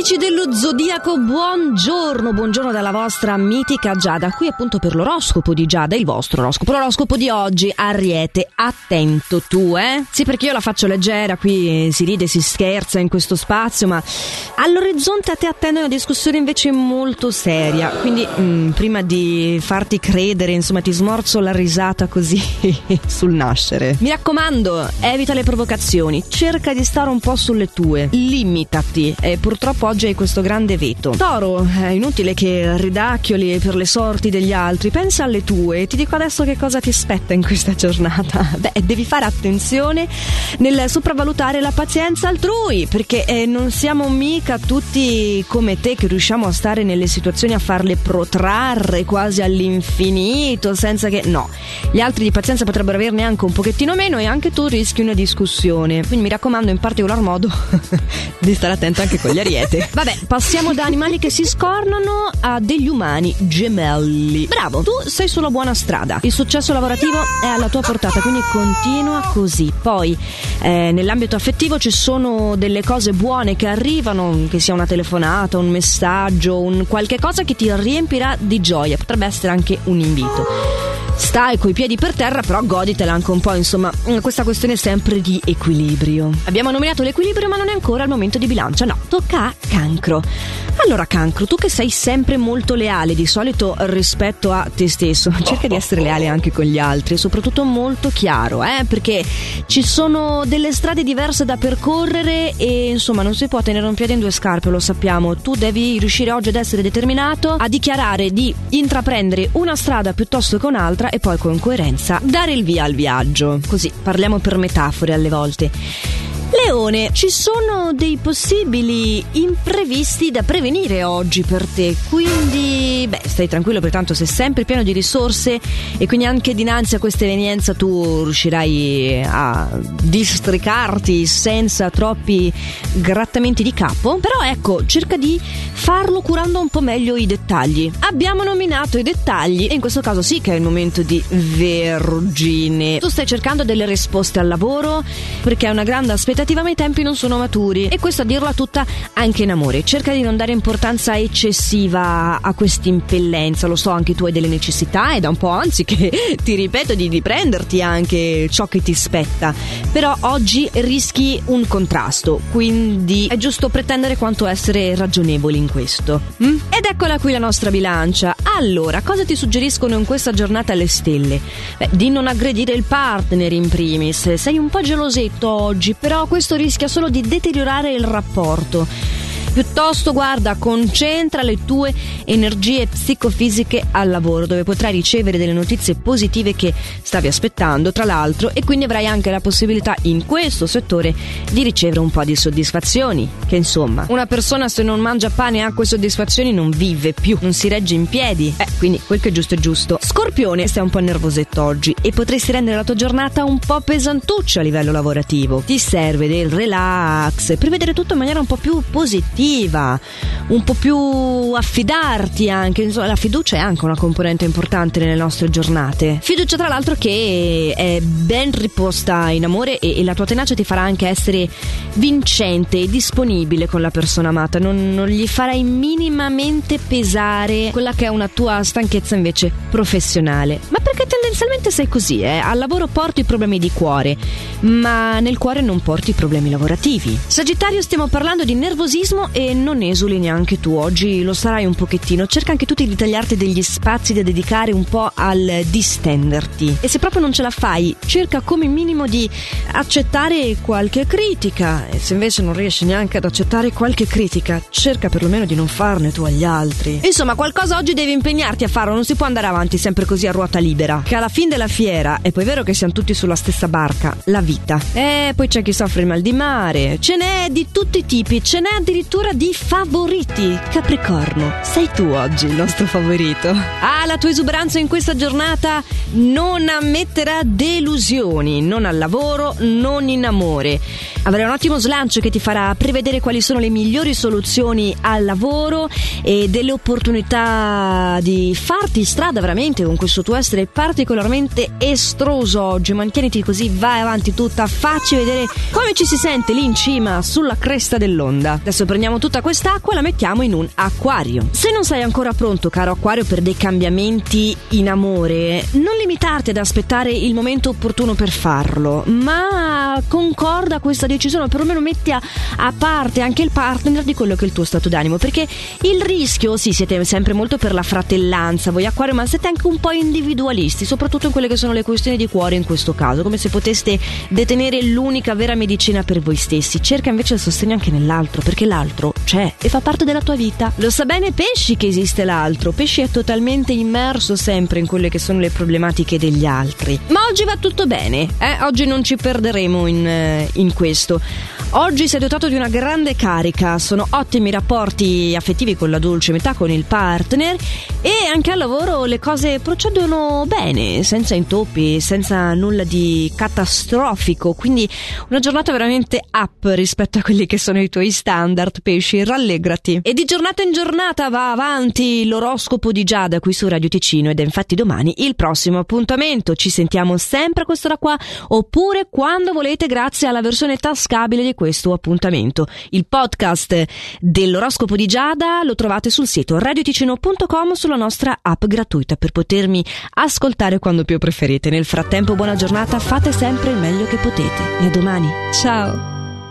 Amici dello Zodiaco, buongiorno dalla vostra mitica Giada, qui appunto per l'oroscopo di Giada, il vostro oroscopo, l'oroscopo di oggi. Ariete, attento tu, Sì, perché io la faccio leggera, qui si ride, si scherza in questo spazio, ma all'orizzonte a te attende una discussione invece molto seria, quindi prima di farti credere, insomma, ti smorzo la risata così sul nascere. Mi raccomando, evita le provocazioni, cerca di stare un po' sulle tue, limitati, e purtroppo oggi hai questo grande veto. Toro, è inutile che ridacchioli per le sorti degli altri, pensa alle tue. Ti dico adesso che cosa ti aspetta in questa giornata. Devi fare attenzione nel sopravvalutare la pazienza altrui, perché non siamo mica tutti come te che riusciamo a stare nelle situazioni a farle protrarre quasi all'infinito senza che... No, gli altri di pazienza potrebbero averne anche un pochettino meno e anche tu rischi una discussione, quindi mi raccomando in particolar modo di stare attento anche con gli Ariete. Passiamo da animali che si scornano a degli umani gemelli. Bravo, tu sei sulla buona strada, il successo lavorativo è alla tua portata, quindi continua così. Poi nell'ambito affettivo ci sono delle cose buone che arrivano, che sia una telefonata, un messaggio, un qualche cosa che ti riempirà di gioia, potrebbe essere anche un invito. Stai coi piedi per terra, però goditela anche un po', insomma, questa questione è sempre di equilibrio. Abbiamo nominato l'equilibrio, ma non è ancora il momento di bilancia, no, tocca a Cancro. Allora Cancro, tu che sei sempre molto leale di solito rispetto a te stesso, cerca di essere leale anche con gli altri e soprattutto molto chiaro, perché ci sono delle strade diverse da percorrere e insomma non si può tenere un piede in due scarpe, lo sappiamo. Tu devi riuscire oggi ad essere determinato a dichiarare di intraprendere una strada piuttosto che un'altra e poi con coerenza dare il via al viaggio. Così parliamo per metafore alle volte. Leone, ci sono dei possibili imprevisti da prevenire oggi per te, quindi stai tranquillo, pertanto sei sempre pieno di risorse e quindi anche dinanzi a questa evenienza tu riuscirai a districarti senza troppi grattamenti di capo. Però ecco, cerca di farlo curando un po' meglio i dettagli. Abbiamo nominato i dettagli e in questo caso sì che è il momento di Vergine. Tu stai cercando delle risposte al lavoro perché hai una grande aspettativa, ma i tempi non sono maturi, e questo a dirla tutta anche in amore. Cerca di non dare importanza eccessiva a quest'impellenza, lo so, anche tu hai delle necessità, e da un po' anzi che ti ripeto di prenderti anche ciò che ti spetta, però oggi rischi un contrasto, quindi è giusto pretendere quanto essere ragionevoli in questo. Ed eccola qui la nostra bilancia. Allora, cosa ti suggeriscono in questa giornata le stelle? Di non aggredire il partner in primis, sei un po' gelosetto oggi, però questo rischia solo di deteriorare il rapporto. Piuttosto, guarda, concentra le tue energie psicofisiche al lavoro, dove potrai ricevere delle notizie positive che stavi aspettando, tra l'altro, e quindi avrai anche la possibilità in questo settore di ricevere un po' di soddisfazioni. Che insomma, una persona se non mangia pane, acqua e soddisfazioni non vive più, non si regge in piedi. Quindi quel che è giusto è giusto. Scorpione, stai un po' nervosetto oggi e potresti rendere la tua giornata un po' pesantuccia a livello lavorativo. Ti serve del relax per vedere tutto in maniera un po' più positiva, un po' più affidarti anche. Insomma, la fiducia è anche una componente importante nelle nostre giornate. Fiducia tra l'altro che è ben riposta in amore e la tua tenacia ti farà anche essere vincente e disponibile con la persona amata. Non gli farai minimamente pesare quella che è una tua stanchezza invece professionale, ma perché tendenzialmente sei così, al lavoro porti problemi di cuore, ma nel cuore non porti problemi lavorativi. Sagittario, stiamo parlando di nervosismo e non esuli neanche tu, oggi lo sarai un pochettino. Cerca anche tu di ritagliarti degli spazi da dedicare un po' al distenderti, e se proprio non ce la fai cerca come minimo di accettare qualche critica, e se invece non riesci neanche ad accettare qualche critica cerca perlomeno di non farne tu agli altri. Insomma, qualcosa oggi devi impegnarti a farlo, non si può andare avanti sempre così a ruota libera, che alla fine della fiera, e poi è vero che siamo tutti sulla stessa barca, la vita, poi c'è chi soffre il mal di mare, ce n'è di tutti i tipi, ce n'è addirittura di favoriti. Infatti, Capricorno, sei tu oggi il nostro favorito. La tua esuberanza in questa giornata non ammetterà delusioni, non al lavoro, non in amore. Avrai un ottimo slancio che ti farà prevedere quali sono le migliori soluzioni al lavoro e delle opportunità di farti strada veramente con questo tuo essere particolarmente estroso oggi. Mantieniti così, vai avanti tutta, facci vedere come ci si sente lì in cima sulla cresta dell'onda. Adesso prendiamo tutta quest'acqua e la mettiamo in un acquario. Se non sei ancora pronto, caro acquario, per dei cambiamenti in amore, non limitarti ad aspettare il momento opportuno per farlo, ma concorda questa decisione, o perlomeno metti a parte anche il partner di quello che è il tuo stato d'animo, perché il rischio, sì, siete sempre molto per la fratellanza voi acquario, ma siete anche un po' individualisti, soprattutto in quelle che sono le questioni di cuore in questo caso, come se poteste detenere l'unica vera medicina per voi stessi. Cerca invece il sostegno anche nell'altro, perché l'altro c'è e fa parte della tua vita. Lo sa bene Pesci che esiste l'altro. Pesci è totalmente immerso sempre in quelle che sono le problematiche degli altri, ma oggi va tutto bene, oggi non ci perderemo in questo. Oggi sei dotato di una grande carica, sono ottimi rapporti affettivi con la dolce metà, con il partner, e anche al lavoro le cose procedono bene, senza intoppi, senza nulla di catastrofico, quindi una giornata veramente up rispetto a quelli che sono i tuoi standard, Pesci, rallegrati. E di giornata in giornata va avanti l'oroscopo di Giada qui su Radio Ticino, ed è infatti domani il prossimo appuntamento. Ci sentiamo sempre a quest'ora qua, oppure quando volete, grazie alla versione tascabile di questo appuntamento. Il podcast dell'oroscopo di Giada lo trovate sul sito radioticino.com, sulla nostra app gratuita, per potermi ascoltare quando più preferite. Nel frattempo, buona giornata, fate sempre il meglio che potete e a domani. Ciao!